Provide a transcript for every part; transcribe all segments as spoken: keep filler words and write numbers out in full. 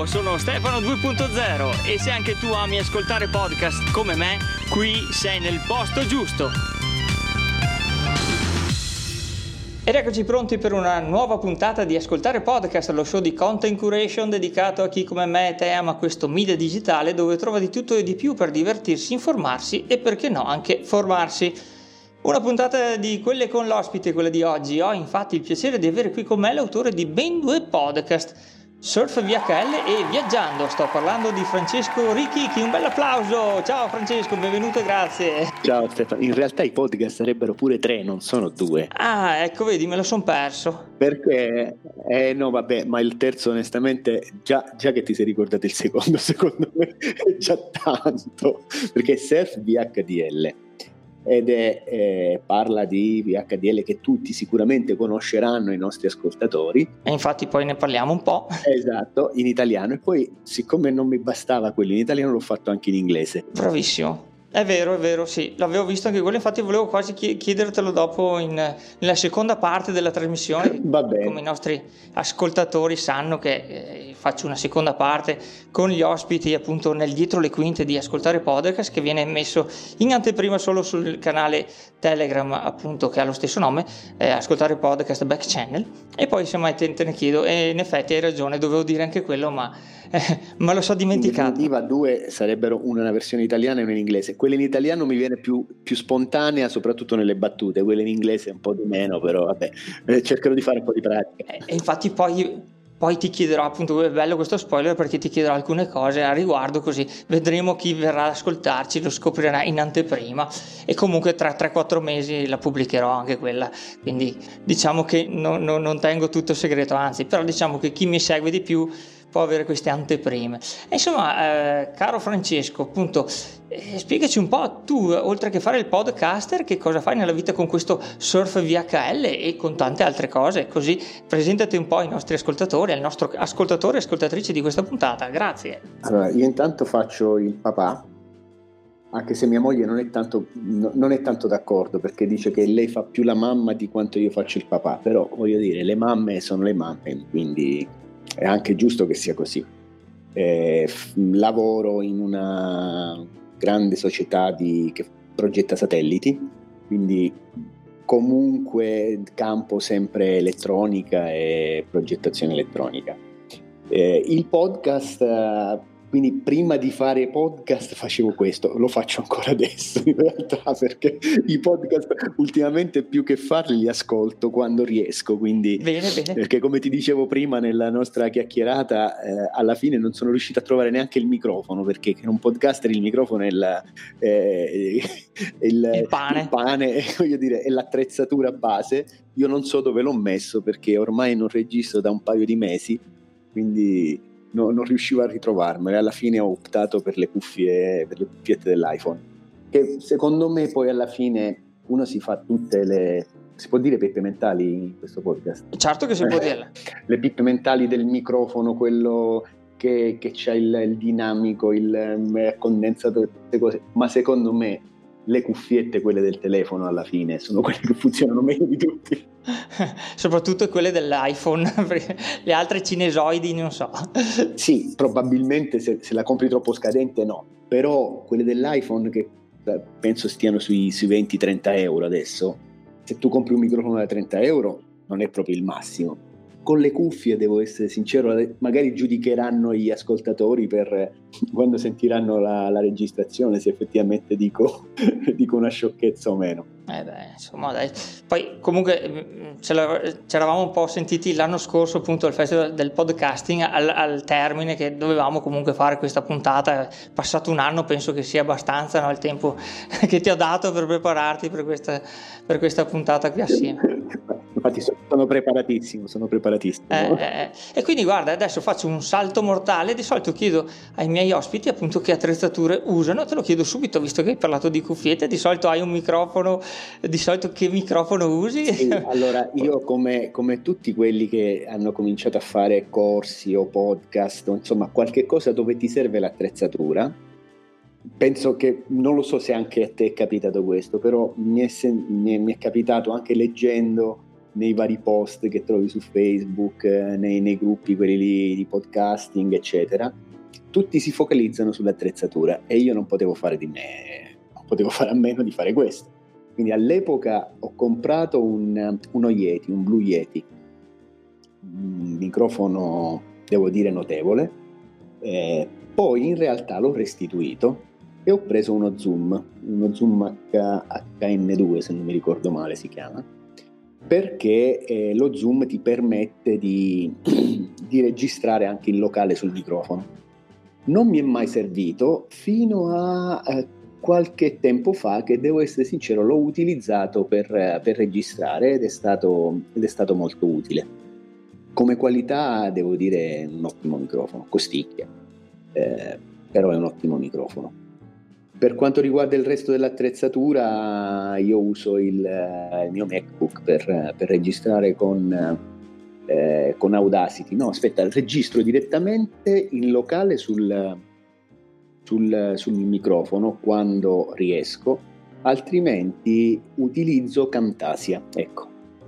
Ciao, sono Stefano due punto zero e se anche tu ami ascoltare podcast come me, qui sei nel posto giusto. Ed eccoci pronti per una nuova puntata di Ascoltare Podcast, lo show di content curation dedicato a chi come me e te ama questo media digitale dove trova di tutto e di più per divertirsi, informarsi e perché no anche formarsi. Una puntata di quelle con l'ospite, quella di oggi. Ho infatti il piacere di avere qui con me l'autore di ben due podcast, Surf V H L e Viaggiando. Sto parlando di Francesco Richichi, un bel applauso. Ciao Francesco, benvenuto e grazie. Ciao Stefano, in realtà i podcast sarebbero pure tre, non sono due. Ah, ecco, vedi, me lo son perso. Perché, eh no vabbè, ma il terzo onestamente, già, già che ti sei ricordato il secondo, secondo me è già tanto, perché è Surf V H D L. Ed è, eh, parla di V H D L che tutti sicuramente conosceranno, i nostri ascoltatori, e infatti poi ne parliamo un po'. Esatto, in italiano, e poi siccome non mi bastava quello in italiano l'ho fatto anche in inglese. Bravissimo, è vero, è vero, sì, l'avevo visto anche quello, infatti volevo quasi chiedertelo dopo in, nella seconda parte della trasmissione. Va bene. Come i nostri ascoltatori sanno che eh, faccio una seconda parte con gli ospiti appunto nel dietro le quinte di Ascoltare Podcast, che viene messo in anteprima solo sul canale Telegram appunto che ha lo stesso nome, eh, Ascoltare Podcast Back Channel, e poi se mai te, te ne chiedo, e in effetti hai ragione, dovevo dire anche quello ma eh, me lo so dimenticato. In definitiva due sarebbero una, una versione italiana e una in inglese. Quella in italiano mi viene più, più spontanea, soprattutto nelle battute, quella in inglese un po' di meno, però vabbè, eh, cercherò di fare un po' di pratica. E eh, infatti poi... Poi ti chiederò, appunto, è bello questo spoiler perché ti chiederò alcune cose a riguardo, così vedremo chi verrà ad ascoltarci, lo scoprirà in anteprima, e comunque tra tre quattro mesi la pubblicherò anche quella, quindi diciamo che no, no, non tengo tutto segreto, anzi, però diciamo che chi mi segue di più può avere queste anteprime. E insomma, eh, caro Francesco, appunto, eh, spiegaci un po', tu oltre che fare il podcaster, che cosa fai nella vita con questo Surf V H L e con tante altre cose, così presentati un po' ai nostri ascoltatori, al nostro ascoltatore e ascoltatrice di questa puntata. Grazie. Allora, io intanto faccio il papà, anche se mia moglie non è tanto, no, non è tanto d'accordo, perché dice che lei fa più la mamma di quanto io faccio il papà, però voglio dire, le mamme sono le mamme, quindi è anche giusto che sia così. Eh, f- lavoro in una grande società di, che progetta satelliti, quindi comunque campo sempre elettronica e progettazione elettronica. Eh, il podcast, eh, quindi prima di fare podcast facevo questo, lo faccio ancora adesso in realtà, perché i podcast ultimamente più che farli li ascolto quando riesco, quindi bene, bene. Perché come ti dicevo prima nella nostra chiacchierata, eh, alla fine non sono riuscito a trovare neanche il microfono, perché in un podcaster il microfono è, la, eh, il, il pane, il pane voglio dire, è l'attrezzatura base. Io non so dove l'ho messo perché ormai non registro da un paio di mesi, quindi No, non riuscivo a ritrovarmele. Alla fine ho optato per le cuffie, per le cuffiette dell'iPhone, che secondo me poi alla fine uno si fa tutte le, si può dire pippe mentali in questo podcast? Certo che si può dire. Le pippe mentali del microfono, quello che, che c'ha il, il dinamico, il um, condensatore, tutte cose, ma secondo me le cuffiette, quelle del telefono, alla fine sono quelle che funzionano meglio di tutti. Soprattutto quelle dell'iPhone, perché le altre cinesoidi non so. Sì, probabilmente se, se la compri troppo scadente no, però quelle dell'iPhone che penso stiano sui, sui venti trenta euro adesso, se tu compri un microfono da trenta euro non è proprio il massimo. Con le cuffie, devo essere sincero, magari giudicheranno gli ascoltatori per quando sentiranno la, la registrazione se effettivamente dico, dico una sciocchezza o meno. Eh beh, insomma, dai. Poi comunque ce l'eravamo un po' sentiti l'anno scorso appunto al festival del podcasting al, al termine che dovevamo comunque fare questa puntata. È passato un anno, penso che sia abbastanza, no, il tempo che ti ho dato per prepararti per questa, per questa puntata qui assieme. Infatti sono preparatissimo, sono preparatissimo. Eh, eh, e quindi guarda, adesso faccio un salto mortale. Di solito chiedo ai miei ospiti appunto che attrezzature usano, te lo chiedo subito visto che hai parlato di cuffiette. Di solito hai un microfono, di solito che microfono usi? Sì, allora io come, come tutti quelli che hanno cominciato a fare corsi o podcast o insomma qualche cosa dove ti serve l'attrezzatura, penso che, non lo so se anche a te è capitato questo, però mi è, mi è, mi è capitato anche leggendo nei vari post che trovi su Facebook, nei, nei gruppi quelli lì di podcasting eccetera, tutti si focalizzano sull'attrezzatura e io non potevo fare di me, non potevo fare a meno di fare questo. Quindi all'epoca ho comprato un, uno Yeti, un Blue Yeti, un microfono devo dire notevole, eh, poi in realtà l'ho restituito e ho preso uno Zoom, uno Zoom H N due se non mi ricordo male si chiama, perché eh, lo Zoom ti permette di, di registrare anche in locale sul microfono. Non mi è mai servito fino a eh, qualche tempo fa che, devo essere sincero, l'ho utilizzato per, per registrare ed è stato, ed è stato molto utile. Come qualità devo dire un ottimo microfono, costicchia, eh, però è un ottimo microfono. Per quanto riguarda il resto dell'attrezzatura, io uso il, il mio MacBook per, per registrare con, eh, con Audacity. No, aspetta, registro direttamente in locale sul, sul, sul microfono quando riesco, altrimenti utilizzo Camtasia, ecco.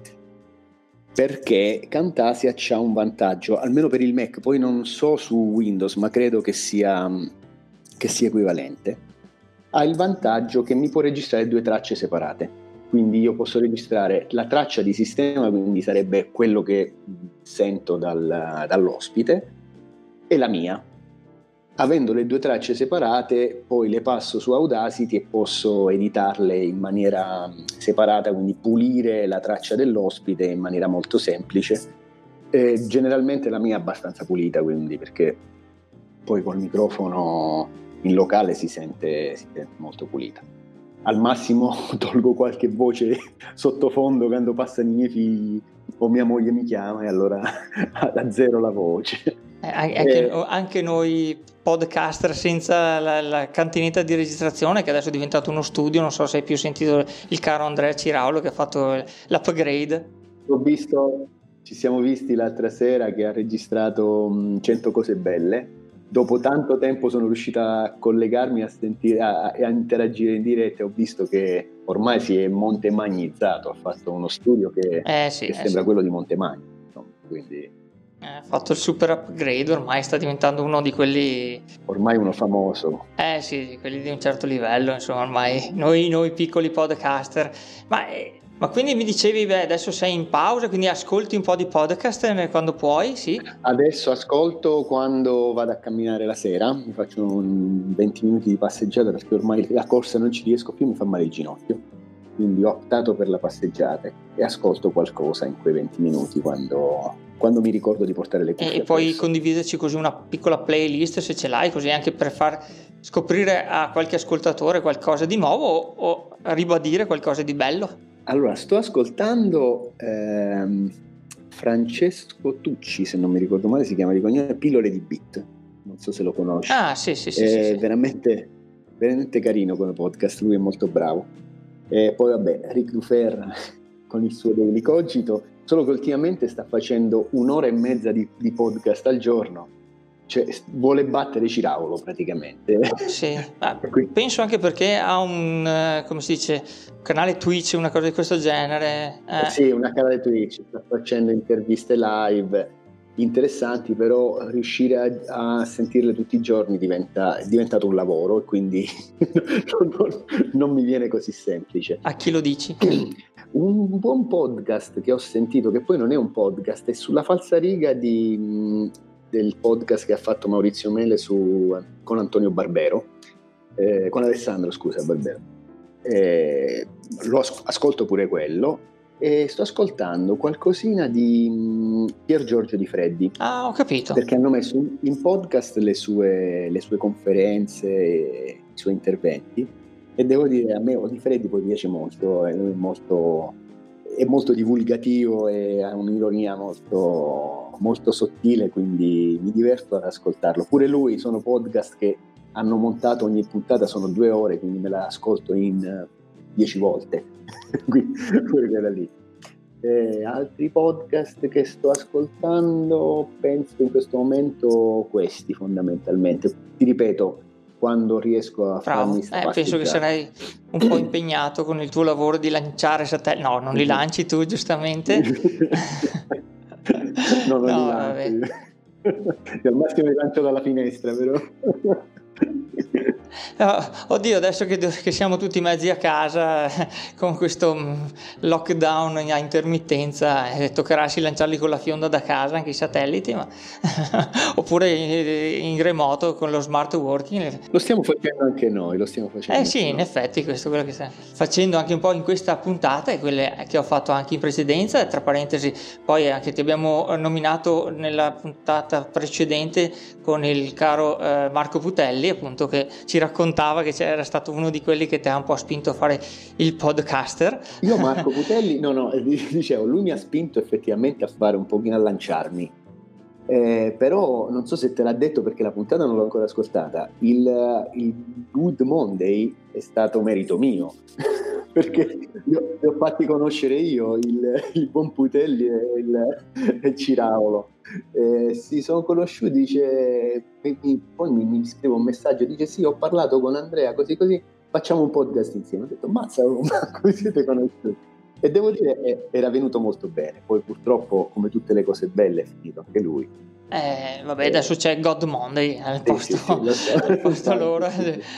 Perché Camtasia c'ha un vantaggio, almeno per il Mac, poi non so su Windows, ma credo che sia, che sia equivalente. Ha il vantaggio che mi può registrare due tracce separate, quindi io posso registrare la traccia di sistema, quindi sarebbe quello che sento dal, dall'ospite, e la mia. Avendo le due tracce separate, poi le passo su Audacity e posso editarle in maniera separata, quindi pulire la traccia dell'ospite in maniera molto semplice. E generalmente la mia è abbastanza pulita, quindi, perché poi col microfono in locale si sente, si sente molto pulita. Al massimo tolgo qualche voce sottofondo quando passano i miei figli o mia moglie mi chiama e allora azzero la voce. Eh, anche, eh, anche noi podcaster senza la, la cantinetta di registrazione, che adesso è diventato uno studio, non so se hai più sentito il caro Andrea Ciraulo che ha fatto l'upgrade. Ho visto, ci siamo visti l'altra sera che ha registrato um, cento cose belle. Dopo tanto tempo sono riuscita a collegarmi, a sentire, a, a interagire in diretta e ho visto che ormai si è montemagnizzato, ha fatto uno studio che, eh sì, che eh sembra sì. quello di Montemagno, insomma, quindi ha fatto il super upgrade, ormai sta diventando uno di quelli, ormai uno famoso, eh sì, quelli di un certo livello, insomma, ormai noi, noi piccoli podcaster. Ma, eh, ma quindi mi dicevi, beh, adesso sei in pausa, quindi ascolti un po' di podcast quando puoi, sì? Adesso ascolto quando vado a camminare la sera, mi faccio un venti minuti di passeggiata perché ormai la corsa non ci riesco più, mi fa male il ginocchio, quindi ho optato per la passeggiata e ascolto qualcosa in quei venti minuti quando, quando mi ricordo di portare le cuffie. E, e poi condividerci così una piccola playlist se ce l'hai, così anche per far scoprire a qualche ascoltatore qualcosa di nuovo o, o ribadire qualcosa di bello. Allora, sto ascoltando ehm, Francesco Tucci, se non mi ricordo male, si chiama di cognome Pillole di Beat. Non so se lo conosci. Ah, sì, sì, sì. È sì, sì. veramente, veramente carino come podcast, lui è molto bravo. E poi, vabbè, Ric Dufer con il suo Daily Cogito, solo che ultimamente sta facendo un'ora e mezza di, di podcast al giorno. Cioè, vuole battere Ciraulo praticamente. Sì, ah, penso anche perché ha un, come si dice, un canale Twitch, una cosa di questo genere. Eh. Sì, una canale Twitch, sta facendo interviste live interessanti, però riuscire a, a sentirle tutti i giorni diventa, è diventato un lavoro e quindi non, non, non mi viene così semplice. A chi lo dici? Un buon podcast che ho sentito, che poi non è un podcast, è sulla falsariga di... del podcast che ha fatto Maurizio Mele su, con Antonio Barbero, eh, con Alessandro scusa Barbero, eh, lo as- ascolto pure quello e sto ascoltando qualcosina di mh, Pier Giorgio Di Freddi. Ah, ho capito. Perché hanno messo in, in podcast le sue, le sue conferenze e i suoi interventi e devo dire a me Di Freddi poi piace molto, è molto, è molto divulgativo e ha un'ironia molto molto sottile, quindi mi diverto ad ascoltarlo. Pure lui, sono podcast che hanno montato ogni puntata, sono due ore, quindi me la ascolto in uh, dieci volte. Quindi, pure quella lì. E altri podcast che sto ascoltando, penso in questo momento questi fondamentalmente. Ti ripeto, quando riesco a Bravo, farmi sta eh, penso che passeggiata. sarai un po' impegnato con il tuo lavoro di lanciare satelliti. No, non li lanci tu, giustamente. No, non li No, lancio vabbè. io. Al massimo li lancio dalla finestra, però. No, oddio, adesso che, che siamo tutti mezzi a casa con questo lockdown a intermittenza, eh, toccherà sì lanciarli con la fionda da casa anche i satelliti, ma oppure in, in remoto con lo smart working. Lo stiamo facendo anche noi, lo stiamo facendo. Eh sì, in effetti questo è quello che stiamo facendo anche un po' in questa puntata e quelle che ho fatto anche in precedenza. Tra parentesi, poi anche ti abbiamo nominato nella puntata precedente con il caro eh, Marco Putelli, appunto, che ci raccontava che era stato uno di quelli che ti ha un po' spinto a fare il podcaster. Io Marco Putelli, no no, dicevo, lui mi ha spinto effettivamente a fare un pochino, a lanciarmi. Eh, però non so se te l'ha detto perché la puntata non l'ho ancora ascoltata, il, il Good Monday è stato merito mio perché li ho, li ho fatti conoscere io, il, il buon Putelli e il, il Ciraulo. Eh, si sono conosciuti, dice, mi, poi mi, mi scrive un messaggio, dice sì, ho parlato con Andrea così così, facciamo un podcast insieme. Ho detto mazza, ma come siete conosciuti? E devo dire, era venuto molto bene. Poi purtroppo, come tutte le cose belle, è finito anche lui. Eh, vabbè, adesso c'è God Monday al Sì, posto, sì, sì, lo so. al posto loro. Sì, sì.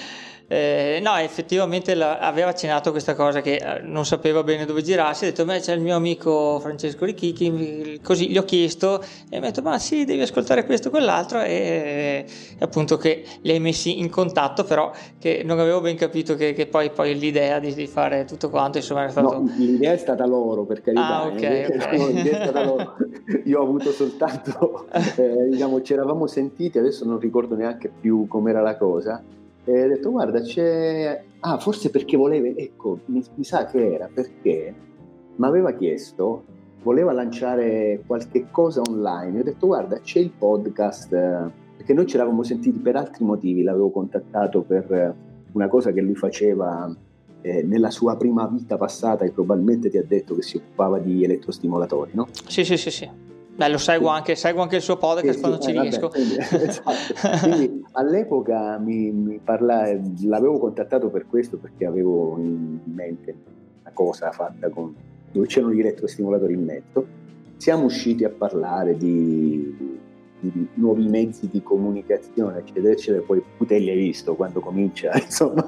Eh, no, effettivamente la, aveva accennato questa cosa che eh, non sapeva bene dove girarsi. Ha detto, beh, c'è il mio amico Francesco Richichi, così gli ho chiesto e mi ha detto, ma sì, devi ascoltare questo, quell'altro, e, e appunto che li hai messi in contatto, però che non avevo ben capito che, che poi, poi l'idea di, di fare tutto quanto, insomma, era stato... No, l'idea è stata loro, per carità. Ah, ok, eh, ok. no, l'idea è stata loro. Io ho avuto soltanto, eh, diciamo, ci eravamo sentiti, adesso non ricordo neanche più com'era la cosa. E ho detto, guarda, c'è... Ah, forse perché voleva... Ecco, mi, mi sa che era perché mi aveva chiesto, voleva lanciare qualche cosa online. Ho detto, guarda, c'è il podcast, eh, perché noi ci eravamo sentiti per altri motivi. L'avevo contattato per una cosa che lui faceva eh, nella sua prima vita passata, e probabilmente ti ha detto che si occupava di elettrostimolatori, no? Sì, sì, sì, sì. Beh, lo seguo anche, seguo anche il suo podcast Sì, quando sì, ci eh, riesco. vabbè, quindi, esatto. Quindi all'epoca mi, mi parla, l'avevo contattato per questo, perché avevo in mente una cosa fatta con, dove c'erano gli elettrostimolatori in mezzo. Siamo usciti a parlare di, di nuovi mezzi di comunicazione, eccetera, eccetera. Poi Putelli, hai visto quando comincia, insomma.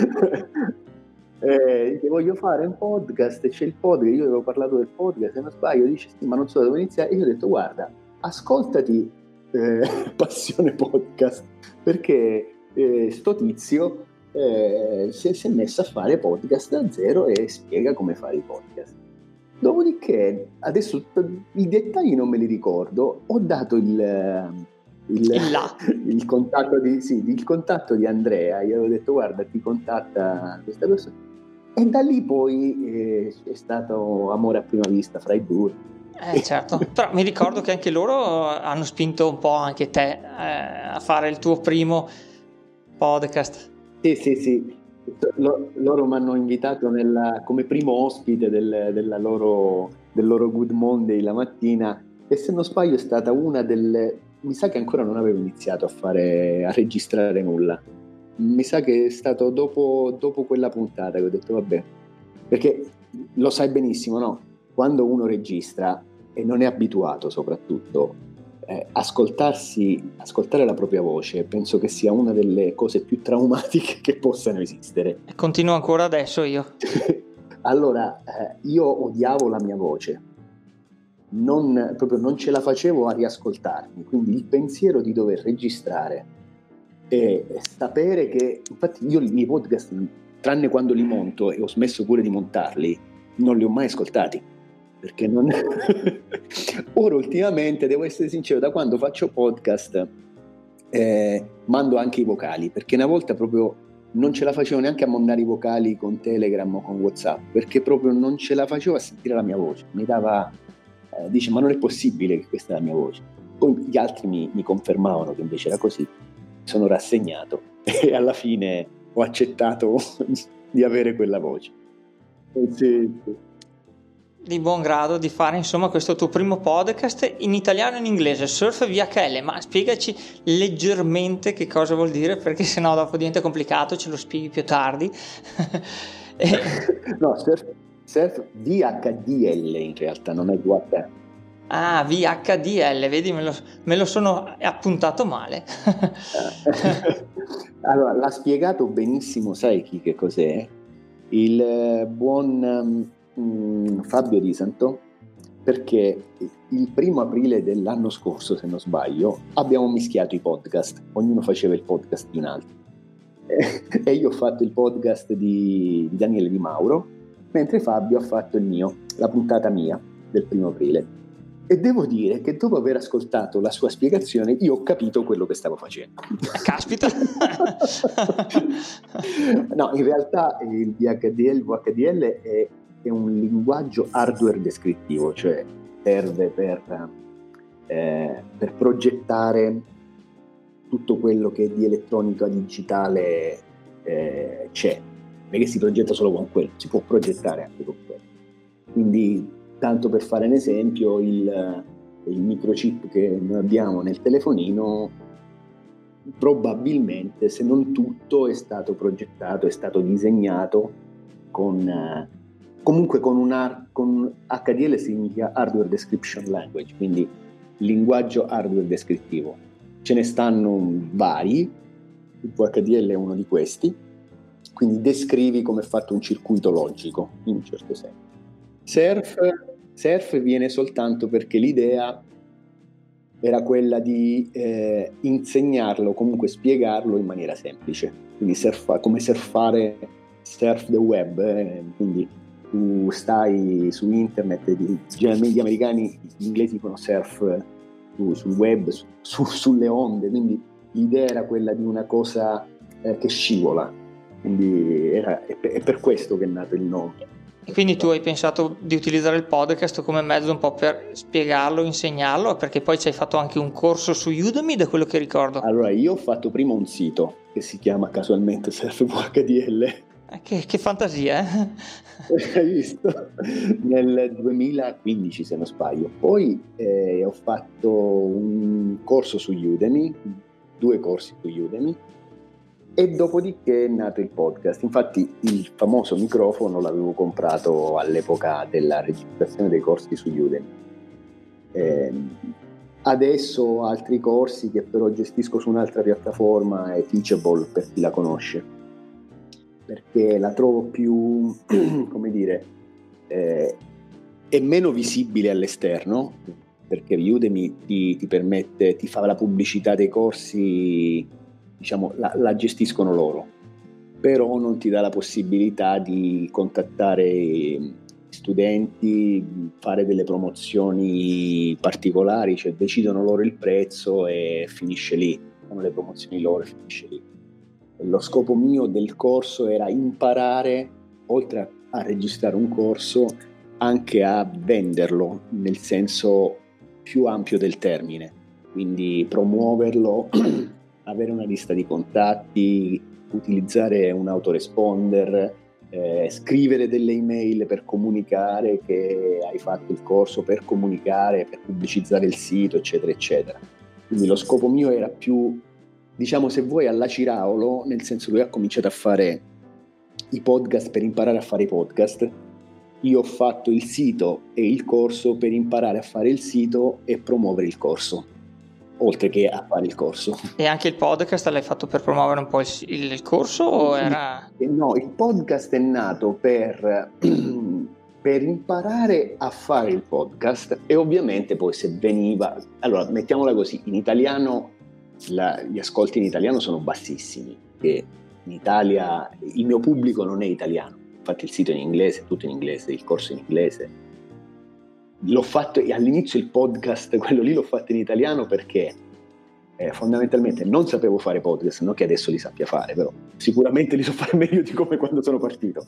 Eh, voglio fare un podcast, c'è il podcast, io avevo parlato del podcast, se non sbaglio, dice sì, ma non so da dove iniziare. E io ho detto, guarda, ascoltati eh, Passione Podcast, perché eh, sto tizio eh, si, si è messo a fare podcast da zero e spiega come fare i podcast. Dopodiché, adesso i dettagli non me li ricordo, ho dato il, il, Il là. il, contatto di, sì, il contatto di Andrea, gli avevo detto guarda, ti contatta questa persona. E da lì poi eh, è stato amore a prima vista fra i due. Eh certo, però mi ricordo che anche loro hanno spinto un po' anche te eh, a fare il tuo primo podcast. Sì, sì, sì. Lo, loro mi hanno invitato nella, come primo ospite del, della loro, del loro Good Monday la mattina, e se non sbaglio è stata una delle... Mi sa che ancora non avevo iniziato a fare, a registrare nulla. Mi sa che è stato dopo, dopo quella puntata che ho detto vabbè, perché lo sai benissimo, no? Quando uno registra e non è abituato soprattutto, eh, ascoltarsi, ascoltare la propria voce, penso che sia una delle cose più traumatiche che possano esistere. E continuo ancora adesso io. Allora, eh, io odiavo la mia voce, non, proprio non ce la facevo a riascoltarmi, quindi il pensiero di dover registrare e sapere che, infatti io i miei podcast, tranne quando li monto, e ho smesso pure di montarli, non li ho mai ascoltati, perché non... Ora ultimamente, devo essere sincero, da quando faccio podcast eh, mando anche i vocali, perché una volta proprio non ce la facevo neanche a mandare i vocali con Telegram o con WhatsApp, perché proprio non ce la facevo a sentire la mia voce, mi dava, eh, dice ma non è possibile che questa è la mia voce. Poi gli altri mi, mi confermavano che invece era così, sono rassegnato e alla fine ho accettato di avere quella voce. Eh, sì, sì. di buon grado di fare insomma questo tuo primo podcast in italiano e in inglese, Surf V H L, ma spiegaci leggermente che cosa vuol dire, perché sennò dopo diventa complicato, ce lo spieghi più tardi. e... No, Surf, surf V H D L in realtà, non è V H. Ah, V H D L, vedi, me lo, me lo sono appuntato male. Allora, l'ha spiegato benissimo, sai chi che cos'è? Il buon um, Fabio Di Santo, perché il primo aprile dell'anno scorso, se non sbaglio, abbiamo mischiato i podcast, ognuno faceva il podcast di un altro. E io ho fatto il podcast di, di Daniele Di Mauro, mentre Fabio ha fatto il mio, la puntata mia del primo aprile. E devo dire che dopo aver ascoltato la sua spiegazione io ho capito quello che stavo facendo. Caspita! No, in realtà il V H D L, il V H D L è, è un linguaggio hardware descrittivo, cioè serve per, eh, per progettare tutto quello che di elettronica digitale eh, c'è. Non è che si progetta solo con quello, si può progettare anche con quello. Quindi, tanto per fare un esempio, il, il microchip che noi abbiamo nel telefonino, probabilmente, se non tutto, è stato progettato, è stato disegnato con eh, comunque con un ar- con H D L significa Hardware Description Language, quindi linguaggio hardware descrittivo. Ce ne stanno vari, il V H D L è uno di questi, quindi descrivi come è fatto un circuito logico, in un certo senso. Surf, surf viene soltanto perché l'idea era quella di eh, insegnarlo, comunque spiegarlo in maniera semplice, quindi surfa, come surfare surf the web, eh, quindi tu stai su internet, generalmente gli americani, gli inglesi dicono surf su, sul web, su, su, sulle onde, quindi l'idea era quella di una cosa eh, che scivola, quindi era, è, è per questo che è nato il nome. E quindi tu hai pensato di utilizzare il podcast come mezzo un po' per spiegarlo, insegnarlo, perché poi ci hai fatto anche un corso su Udemy, da quello che ricordo. Allora, io ho fatto prima un sito che si chiama casualmente Surf V H D L. Eh, che, che fantasia, eh? Hai visto? Nel duemilaquindici, se non sbaglio. Poi eh, ho fatto un corso su Udemy, due corsi su Udemy, e dopodiché è nato il podcast. Infatti il famoso microfono l'avevo comprato all'epoca della registrazione dei corsi su Udemy. Eh, adesso ho altri corsi che però gestisco su un'altra piattaforma, è Teachable, per chi la conosce, perché la trovo più, come dire, eh, è meno visibile all'esterno, perché Udemy ti, ti permette, ti fa la pubblicità dei corsi, diciamo, la, la gestiscono loro, però non ti dà la possibilità di contattare studenti, fare delle promozioni particolari, cioè decidono loro il prezzo e finisce lì, fanno le promozioni loro e finisce lì. Lo scopo mio del corso era imparare, oltre a registrare un corso, anche a venderlo nel senso più ampio del termine, quindi promuoverlo, avere una lista di contatti, utilizzare un autoresponder, eh, scrivere delle email per comunicare che hai fatto il corso, per comunicare, per pubblicizzare il sito, eccetera, eccetera. Quindi lo scopo mio era più, diciamo, se vuoi, alla Ciraulo, nel senso che lui ha cominciato a fare i podcast per imparare a fare i podcast. Io ho fatto il sito e il corso per imparare a fare il sito e promuovere il corso, oltre che a fare il corso. E anche il podcast l'hai fatto per promuovere un po' il, il corso o era... No, il podcast è nato per, per imparare a fare il podcast, e ovviamente poi se veniva... Allora, mettiamola così, in italiano la, gli ascolti in italiano sono bassissimi, che in Italia il mio pubblico non è italiano, infatti il sito è in inglese, tutto in inglese, il corso è in inglese. L'ho fatto all'inizio, il podcast, quello lì l'ho fatto in italiano perché eh, fondamentalmente non sapevo fare podcast, non che adesso li sappia fare, però sicuramente li so fare meglio di come quando sono partito.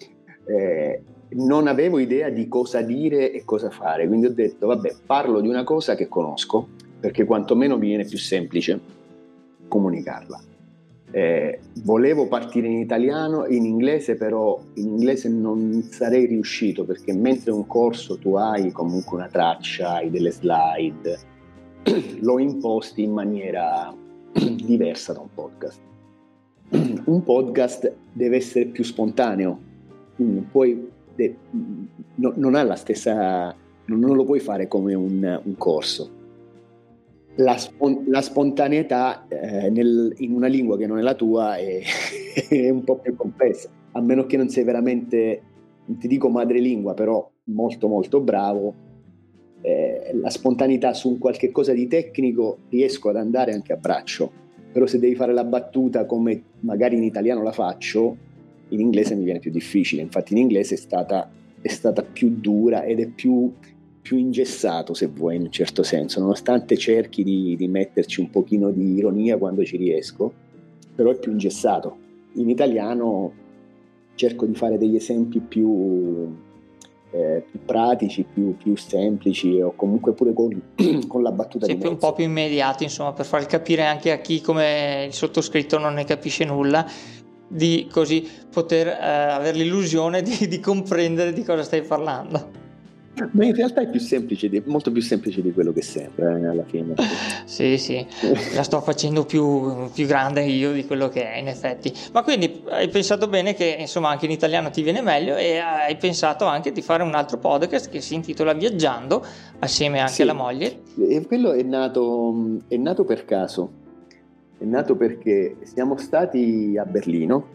Eh, non avevo idea di cosa dire e cosa fare, quindi ho detto vabbè, parlo di una cosa che conosco, perché quantomeno mi viene più semplice comunicarla. Eh, volevo partire in italiano, in inglese, però in inglese non sarei riuscito, perché mentre un corso tu hai comunque una traccia, hai delle slide, lo imposti in maniera diversa da un podcast. Un podcast deve essere più spontaneo, non puoi, de, no, non ha la stessa, non, non lo puoi fare come un, un corso. La, spon- la spontaneità eh, nel, in una lingua che non è la tua è, è un po' più complessa, a meno che non sei veramente, non ti dico madrelingua, però molto molto bravo. Eh, la spontaneità su un qualche cosa di tecnico riesco ad andare anche a braccio, però se devi fare la battuta come magari in italiano la faccio, in inglese mi viene più difficile. Infatti in inglese è stata, è stata più dura ed è più più ingessato, se vuoi, in un certo senso, nonostante cerchi di, di metterci un pochino di ironia quando ci riesco, però è più ingessato. In italiano cerco di fare degli esempi più, eh, più pratici, più, più semplici, o comunque pure con, con la battuta sì, di mezzo. Un po' più immediati, insomma, per far capire anche a chi come il sottoscritto non ne capisce nulla, di così poter eh, avere l'illusione di, di comprendere di cosa stai parlando. Ma in realtà è più semplice, di, molto più semplice di quello che sembra, eh, alla fine. Sì, sì, la sto facendo più, più grande io di quello che è, in effetti. Ma quindi hai pensato bene che, insomma, anche in italiano ti viene meglio, e hai pensato anche di fare un altro podcast che si intitola Viaggiando, assieme anche sì, alla moglie. E quello è nato, è nato per caso, è nato perché siamo stati a Berlino,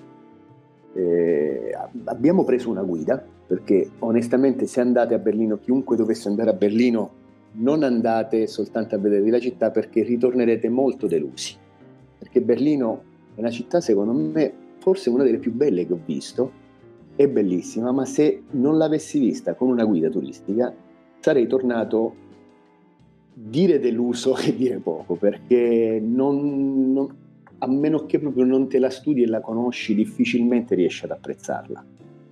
eh, abbiamo preso una guida, perché onestamente se andate a Berlino, chiunque dovesse andare a Berlino, non andate soltanto a vedere la città, perché ritornerete molto delusi, perché Berlino è una città, secondo me, forse una delle più belle che ho visto, è bellissima, ma se non l'avessi vista con una guida turistica sarei tornato, dire deluso e dire poco, perché non, non, a meno che proprio non te la studi e la conosci, difficilmente riesci ad apprezzarla.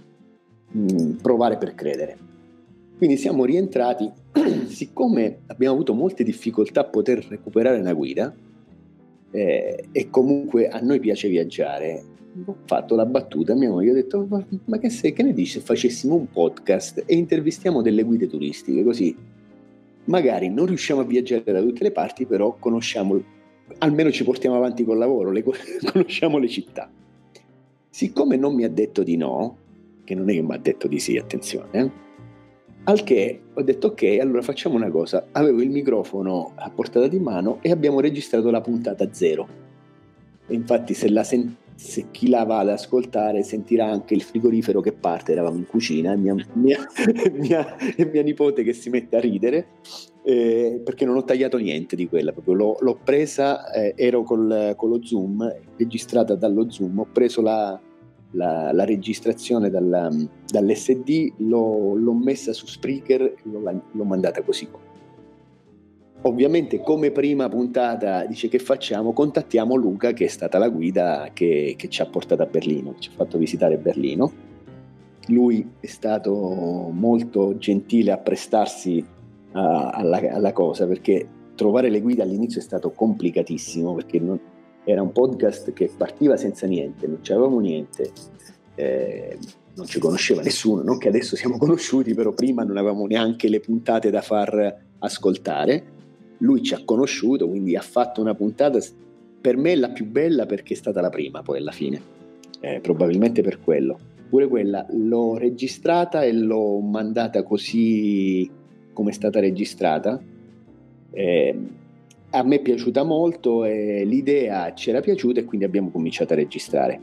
Provare per credere. Quindi siamo rientrati, siccome abbiamo avuto molte difficoltà a poter recuperare una guida, eh, e comunque a noi piace viaggiare, ho fatto la battuta a mia moglie, ho detto ma, ma che, sei, che ne dici se facessimo un podcast e intervistiamo delle guide turistiche, così magari non riusciamo a viaggiare da tutte le parti, però conosciamo, almeno ci portiamo avanti col lavoro, le, conosciamo le città. Siccome non mi ha detto di no, che non è che mi ha detto di sì, attenzione, eh? Al che ho detto ok, allora facciamo una cosa. Avevo il microfono a portata di mano e abbiamo registrato la puntata zero. E infatti se, la sen- se chi la va ad ascoltare sentirà anche il frigorifero che parte, eravamo in cucina, e mia, mia, mia, mia nipote che si mette a ridere, eh, perché non ho tagliato niente di quella, proprio l'ho, l'ho presa, eh, ero col, con lo zoom, registrata dallo zoom, ho preso la... La, la registrazione dalla, dall'esse di, l'ho, l'ho messa su Spreaker e l'ho, l'ho mandata così. Ovviamente come prima puntata dice che facciamo? Contattiamo Luca, che è stata la guida che, che ci ha portato a Berlino, ci ha fatto visitare Berlino. Lui è stato molto gentile a prestarsi a, alla, alla cosa, perché trovare le guide all'inizio è stato complicatissimo, perché non, era un podcast che partiva senza niente, non c'avevamo niente, eh, non ci conosceva nessuno, non che adesso siamo conosciuti, però prima non avevamo neanche le puntate da far ascoltare. Lui ci ha conosciuto, quindi ha fatto una puntata, per me la più bella, perché è stata la prima poi alla fine, eh, probabilmente per quello. Pure quella l'ho registrata e l'ho mandata così come è stata registrata. Eh, a me è piaciuta molto e l'idea c'era piaciuta, e quindi abbiamo cominciato a registrare.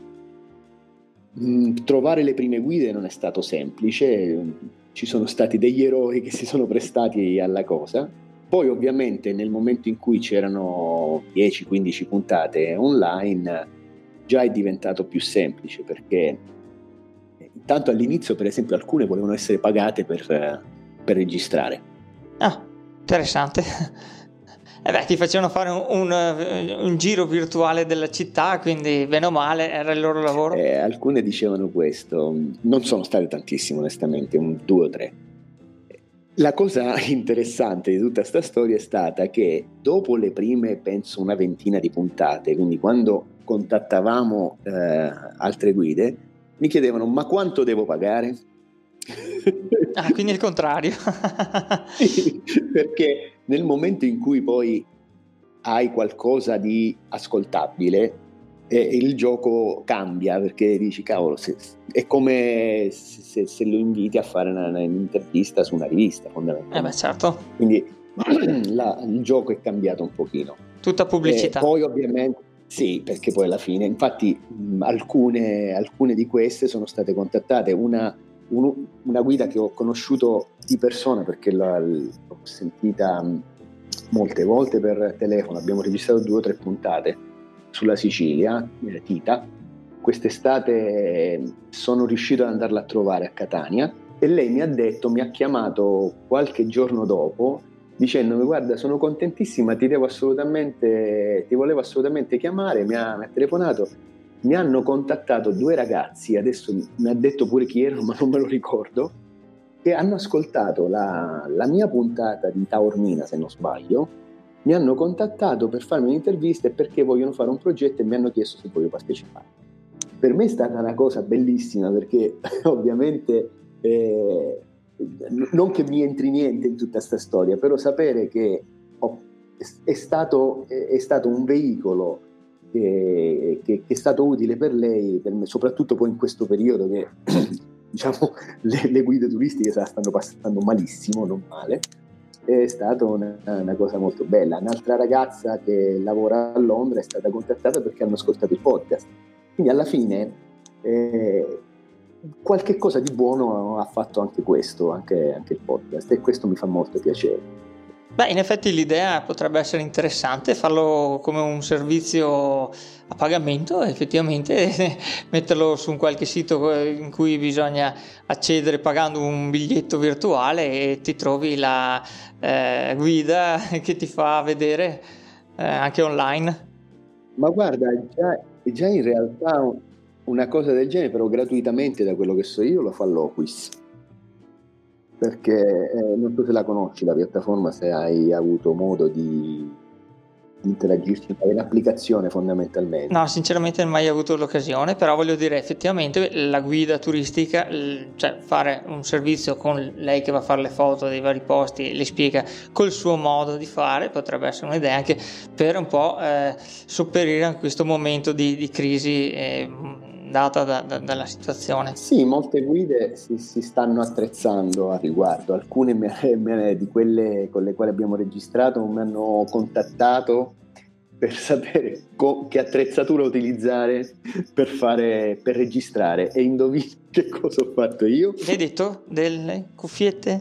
Mm, trovare le prime guide non è stato semplice, ci sono stati degli eroi che si sono prestati alla cosa. Poi ovviamente nel momento in cui c'erano dieci quindici puntate online già è diventato più semplice, perché intanto all'inizio per esempio alcune volevano essere pagate per, per registrare. Ah, interessante. Eh beh, ti facevano fare un, un, un giro virtuale della città, quindi bene o male era il loro lavoro. Eh, alcune dicevano questo, non sono state tantissime onestamente, un due o tre. La cosa interessante di tutta questa storia è stata che dopo le prime, penso, una ventina di puntate, quindi quando contattavamo eh, altre guide, mi chiedevano: ma quanto devo pagare? Ah, quindi il contrario. Sì, perché nel momento in cui poi hai qualcosa di ascoltabile, eh, il gioco cambia, perché dici cavolo, se, è come se, se lo inviti a fare una, un'intervista su una rivista, fondamentalmente. Eh beh, certo. Quindi la, il gioco è cambiato un pochino. Tutta pubblicità. Eh, poi ovviamente sì, perché poi alla fine, infatti mh, alcune, alcune di queste sono state contattate, una, un, una guida che ho conosciuto di persona perché l'ho, l'ho sentita mh, molte volte per telefono, abbiamo registrato due o tre puntate sulla Sicilia, eh, Tita. Quest'estate eh, sono riuscito ad andarla a trovare a Catania e lei mi ha detto, mi ha chiamato qualche giorno dopo dicendomi: guarda, sono contentissima, ti devo assolutamente, ti volevo assolutamente chiamare, mi ha, mi ha telefonato, mi hanno contattato due ragazzi, adesso mi ha detto pure chi erano ma non me lo ricordo, che hanno ascoltato la, la mia puntata di Taormina, se non sbaglio, mi hanno contattato per farmi un'intervista e perché vogliono fare un progetto e mi hanno chiesto se voglio partecipare. Per me è stata una cosa bellissima perché ovviamente eh, non che mi entri niente in tutta questa storia, però sapere che ho, è, stato, è stato un veicolo che, che, che è stato utile per lei, per me, soprattutto poi in questo periodo che diciamo le, le guide turistiche se la stanno passando malissimo, non male, è stata una, una cosa molto bella. Un'altra ragazza che lavora a Londra è stata contattata perché hanno ascoltato il podcast, quindi alla fine eh, qualche cosa di buono ha fatto anche questo, anche, anche il podcast, e questo mi fa molto piacere. Beh, in effetti l'idea potrebbe essere interessante, farlo come un servizio a pagamento, effettivamente metterlo su un qualche sito in cui bisogna accedere pagando un biglietto virtuale e ti trovi la eh, guida che ti fa vedere eh, anche online. Ma guarda, già, già in realtà una cosa del genere, però gratuitamente, da quello che so io, lo fa l'Oquis. Perché eh, non so se la conosci la piattaforma, se hai avuto modo di, di interagirci, è un'applicazione fondamentalmente. No, sinceramente non ho mai avuto l'occasione, però voglio dire, effettivamente la guida turistica, cioè fare un servizio con lei che va a fare le foto dei vari posti e le spiega col suo modo di fare, potrebbe essere un'idea anche per un po' eh, sopperire a questo momento di, di crisi eh, data da, da, dalla situazione. Sì, molte guide si, si stanno attrezzando a riguardo, alcune me, me, di quelle con le quali abbiamo registrato mi hanno contattato per sapere co- che attrezzatura utilizzare per fare per registrare, e indovini che cosa ho fatto io? Hai detto delle cuffiette?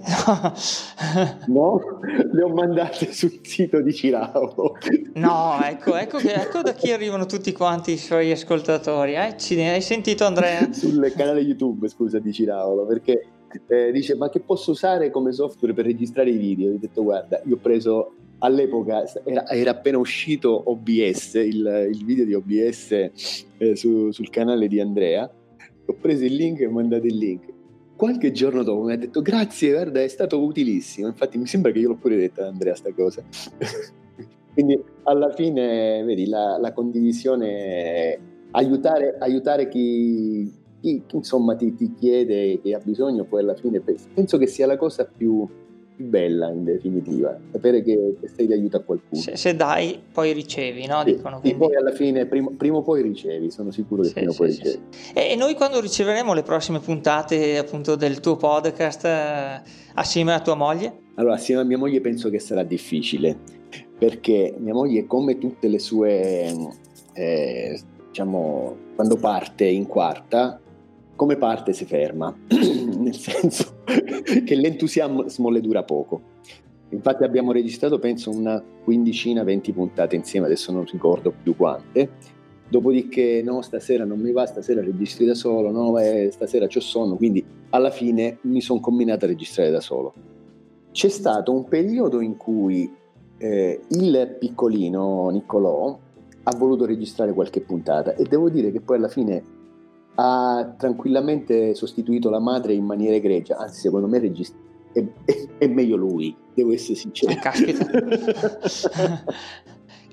No, le ho mandate sul sito di Ciraulo. No, ecco, ecco, che, ecco da chi arrivano tutti quanti i suoi ascoltatori. Eh? Ci, hai sentito, Andrea? Sul canale YouTube, scusa, di Ciraulo, perché eh, dice: ma che posso usare come software per registrare i video? Io ho detto: guarda, io ho preso, all'epoca era, era appena uscito O B S, il, il video di O B S eh, su, sul canale di Andrea, ho preso il link e ho mandato il link. Qualche giorno dopo mi ha detto: grazie, guarda, è stato utilissimo. Infatti mi sembra che io l'ho pure detta ad Andrea sta cosa. Quindi alla fine, vedi, la, la condivisione, aiutare, aiutare chi, chi insomma ti, ti chiede, che ha bisogno, poi alla fine penso che sia la cosa più, più bella in definitiva, sapere che, che sei di aiuto a qualcuno. Se, se dai, poi ricevi, no? Sì, Dicono, sì, quindi... poi alla fine, prima, prima o poi ricevi, sono sicuro che sì, prima o sì, poi sì, ricevi. sì. E noi quando riceveremo le prossime puntate appunto del tuo podcast eh, assieme a tua moglie? Allora, assieme a mia moglie penso che sarà difficile, perché mia moglie, come tutte le sue, eh, diciamo, quando parte in quarta, come parte si ferma, nel senso che l'entusiasmo le dura poco. Infatti abbiamo registrato penso una quindicina, venti puntate insieme, adesso non ricordo più quante. Dopodiché no, stasera non mi va, stasera registri da solo, no, eh, stasera c'ho sonno, quindi alla fine mi sono combinato a registrare da solo. C'è stato un periodo in cui eh, il piccolino Niccolò ha voluto registrare qualche puntata e devo dire che poi alla fine ha tranquillamente sostituito la madre in maniera egregia, anzi secondo me regist- è, è, è meglio lui, devo essere sincero. Eh, caspita.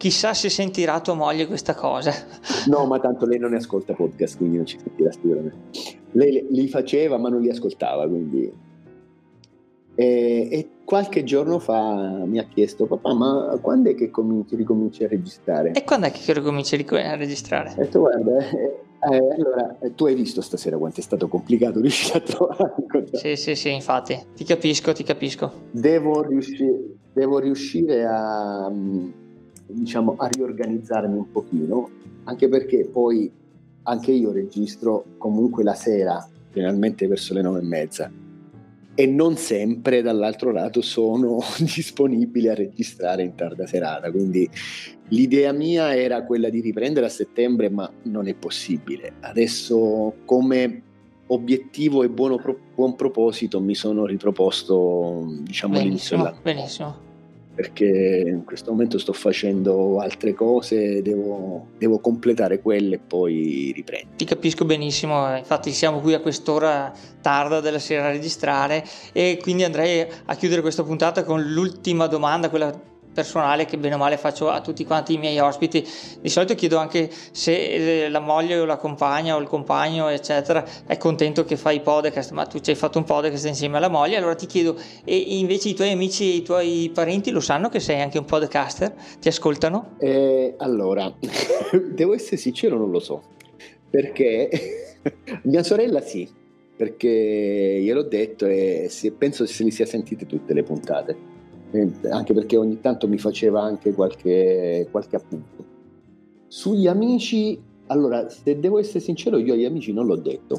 chissà se sentirà tua moglie questa cosa. No, ma tanto lei non ne ascolta podcast, quindi non ci sentirà sicuramente. Lei li faceva ma non li ascoltava, quindi... E, e qualche giorno fa mi ha chiesto: papà, ma quando è che cominci, ricominci a registrare? E quando è che ricominci a registrare? Ho detto: guarda, eh, eh, allora eh, tu hai visto stasera quanto è stato complicato riuscire a trovare. Sì, sì, sì, infatti, ti capisco, ti capisco. Devo riuscire, devo riuscire a, diciamo, a riorganizzarmi un pochino, anche perché poi anche io registro comunque la sera, generalmente verso le nove e mezza. E non sempre dall'altro lato sono disponibile a registrare in tarda serata, quindi l'idea mia era quella di riprendere a settembre, ma non è possibile. Adesso, come obiettivo e buono pro- buon proposito, mi sono riproposto, diciamo, all'inizio dell'anno. Benissimo. Perché in questo momento sto facendo altre cose, devo, devo completare quelle e poi riprendo. Ti capisco benissimo, infatti siamo qui a quest'ora tarda della sera a registrare, e quindi andrei a chiudere questa puntata con l'ultima domanda, quella personale che bene o male faccio a tutti quanti i miei ospiti. Di solito chiedo anche se la moglie o la compagna o il compagno eccetera è contento che fai podcast, ma tu ci hai fatto un podcast insieme alla moglie, allora ti chiedo, e invece i tuoi amici e i tuoi parenti lo sanno che sei anche un podcaster? Ti ascoltano? Eh, allora, devo essere sincero, non lo so, perché mia sorella sì, perché gliel'ho detto e penso se li sia sentite tutte le puntate. Anche perché ogni tanto mi faceva anche qualche, qualche appunto. Sugli amici, allora, se devo essere sincero, io agli amici non l'ho detto,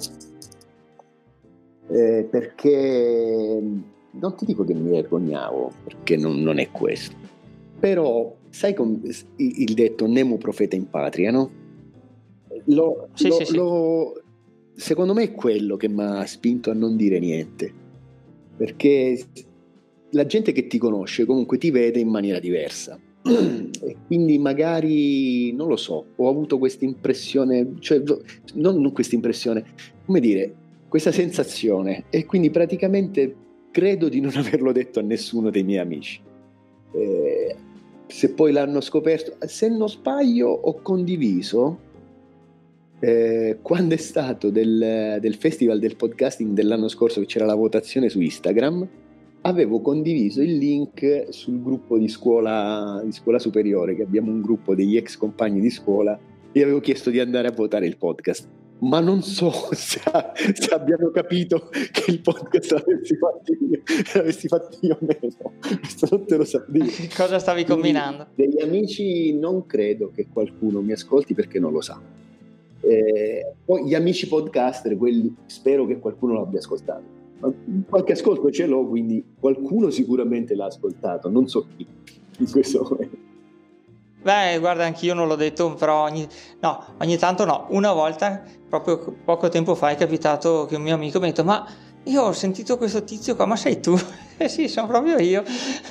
eh, perché non ti dico che mi vergognavo, perché non, non è questo, però sai com- il detto nemo profeta in patria, no? Lo, Sì, lo, sì, sì. lo, secondo me è quello che mi ha spinto a non dire niente, perché la gente che ti conosce comunque ti vede in maniera diversa e quindi magari, non lo so, ho avuto questa impressione, cioè non, non questa impressione, come dire, questa sensazione, e quindi praticamente credo di non averlo detto a nessuno dei miei amici. Eh, se poi l'hanno scoperto, se non sbaglio ho condiviso eh, quando è stato del, del festival del podcasting dell'anno scorso, che c'era la votazione su Instagram, avevo condiviso il link sul gruppo di scuola, di scuola superiore, che abbiamo un gruppo degli ex compagni di scuola, e avevo chiesto di andare a votare il podcast, ma non so se, se abbiano capito che il podcast l'avessi fatto io, l'avessi fatto io o meno, questo non te lo so dire. Cosa stavi combinando? Degli amici non credo che qualcuno mi ascolti, perché non lo sa. Eh, poi gli amici podcaster, quelli spero che qualcuno l'abbia ascoltato. Qualche ascolto ce l'ho, quindi qualcuno sicuramente l'ha ascoltato, non so chi in questo momento. Beh, guarda, anch'io non l'ho detto, però ogni, no, ogni tanto no. Una volta, proprio poco tempo fa, è capitato che un mio amico mi ha detto: ma io ho sentito questo tizio qua, ma sei tu? Eh sì, sono proprio io.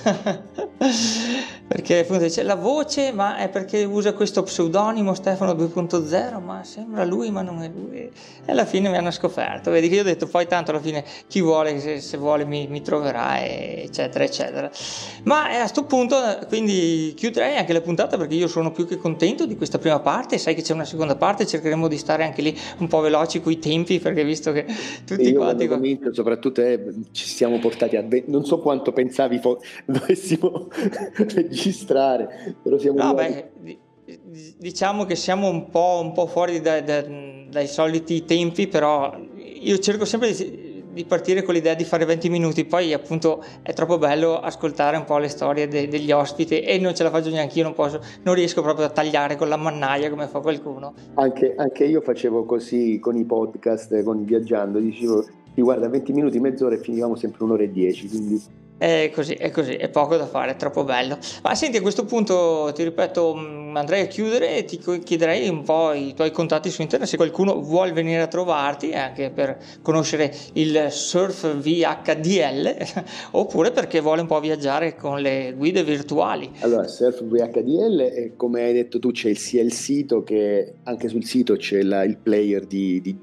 Perché appunto dice la voce, ma è perché usa questo pseudonimo Stefano due punto zero, ma sembra lui ma non è lui, e alla fine mi hanno scoperto. Vedi che io ho detto, poi tanto alla fine chi vuole, se, se vuole mi, mi troverà, eccetera eccetera. Ma a sto punto quindi chiuderei anche la puntata, perché io sono più che contento di questa prima parte. Sai che c'è una seconda parte, cercheremo di stare anche lì un po' veloci coi tempi, perché visto che tutti io quanti quando comincio, soprattutto eh, ci siamo portati a ve- non so quanto pensavi fo- dovessimo registrare, però siamo no, arrivati... beh, diciamo che siamo un po', un po' fuori da, da, dai soliti tempi, però io cerco sempre di, di partire con l'idea di fare venti minuti, poi appunto è troppo bello ascoltare un po' le storie de, degli ospiti, e non ce la faccio neanche io, non posso, non riesco proprio a tagliare con la mannaia come fa qualcuno. Anche, anche io facevo così con i podcast, con viaggiando, dicevo, ti guarda, venti minuti, mezz'ora, e finivamo sempre un'ora e dieci, quindi... È così, è così, è poco da fare, è troppo bello. Ma senti, a questo punto ti ripeto, andrei a chiudere e ti chiederei un po' i tuoi contatti su internet, se qualcuno vuole venire a trovarti anche per conoscere il Surf V H D L oppure perché vuole un po' viaggiare con le guide virtuali. Allora, Surf V H D L, e come hai detto tu, c'è sia il sito, che anche sul sito c'è la, il player di, di,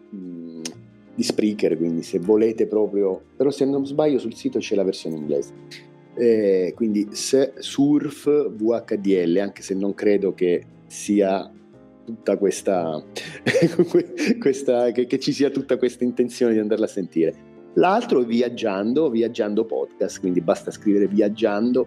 di Spreaker, quindi se volete proprio, però se non sbaglio sul sito c'è la versione inglese. Eh, quindi se surf V H D L, anche se non credo che sia tutta questa, questa che, che ci sia tutta questa intenzione di andarla a sentire. L'altro è Viaggiando, Viaggiando Podcast, quindi basta scrivere Viaggiando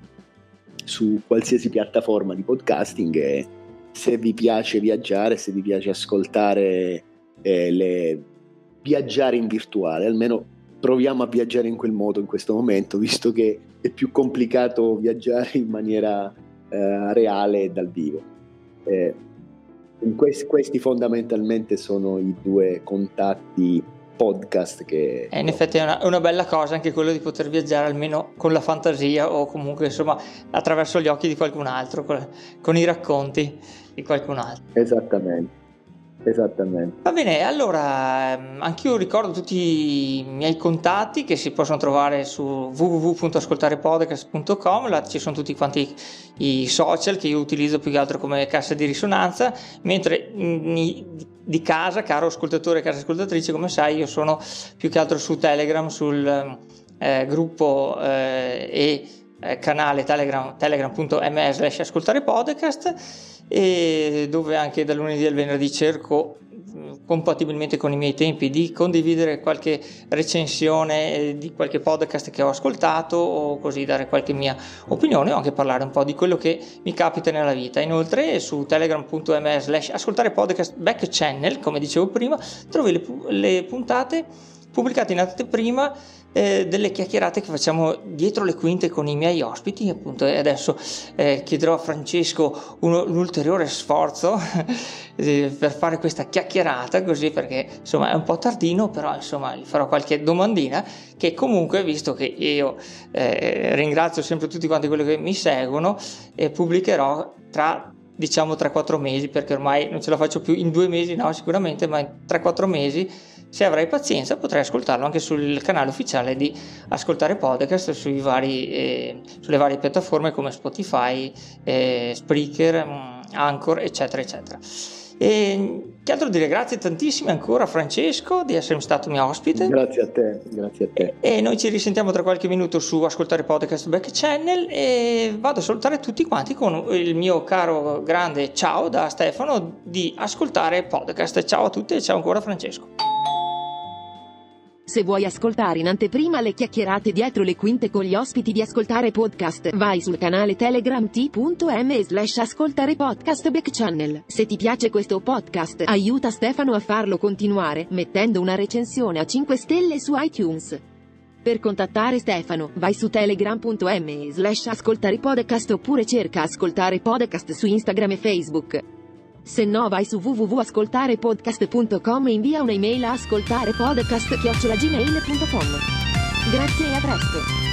su qualsiasi piattaforma di podcasting e se vi piace viaggiare, se vi piace ascoltare eh, le viaggiare in virtuale, almeno proviamo a viaggiare in quel modo in questo momento, visto che è più complicato viaggiare in maniera eh, reale e dal vivo. Eh, in questi, questi fondamentalmente sono i due contatti podcast che... Eh, in effetti è una, è una bella cosa anche quello di poter viaggiare almeno con la fantasia o comunque insomma attraverso gli occhi di qualcun altro, con, con i racconti di qualcun altro. Esattamente. Esattamente. Va bene, allora anch'io ricordo tutti i miei contatti che si possono trovare su w w w punto ascoltarepodcast punto com, là ci sono tutti quanti i social che io utilizzo più che altro come cassa di risonanza, mentre di casa, caro ascoltatore e cara ascoltatrice, come sai io sono più che altro su Telegram, sul eh, gruppo eh, e eh, canale telegram telegram punto m e slash ascoltare podcast, e dove anche dal lunedì al venerdì cerco, compatibilmente con i miei tempi, di condividere qualche recensione di qualche podcast che ho ascoltato o così dare qualche mia opinione o anche parlare un po' di quello che mi capita nella vita. Inoltre su telegram punto m e slash ascoltare podcast back channel, come dicevo prima, trovi le, le puntate pubblicate in anteprima eh, delle chiacchierate che facciamo dietro le quinte con i miei ospiti, appunto. E adesso eh, chiederò a Francesco un, un ulteriore sforzo eh, per fare questa chiacchierata, così, perché insomma è un po' tardino, però insomma gli farò qualche domandina che comunque, visto che io eh, ringrazio sempre tutti quanti quelli che mi seguono, e pubblicherò tra diciamo tre quattro mesi, perché ormai non ce la faccio più in due mesi, no sicuramente, ma in tre quattro mesi, se avrai pazienza, potrai ascoltarlo anche sul canale ufficiale di Ascoltare Podcast, sui vari, eh, sulle varie piattaforme come Spotify, eh, Spreaker, Anchor, eccetera, eccetera. E che altro dire? Grazie tantissime ancora, Francesco, di essere stato mio ospite. Grazie a te, grazie a te. E noi ci risentiamo tra qualche minuto su Ascoltare Podcast Back Channel, e vado a salutare tutti quanti con il mio caro grande ciao da Stefano di Ascoltare Podcast. Ciao a tutti e ciao ancora Francesco. Se vuoi ascoltare in anteprima le chiacchierate dietro le quinte con gli ospiti di Ascoltare Podcast, vai sul canale telegram t punto m e slash ascoltare podcast back channel. Se ti piace questo podcast, aiuta Stefano a farlo continuare, mettendo una recensione a cinque stelle su iTunes. Per contattare Stefano, vai su telegram punto m e slash ascoltare podcast oppure cerca Ascoltare Podcast su Instagram e Facebook. Se no vai su w w w punto ascoltare podcast punto com e invia un'email a ascoltarepodcast chiocciola gmail punto com. Grazie e a presto!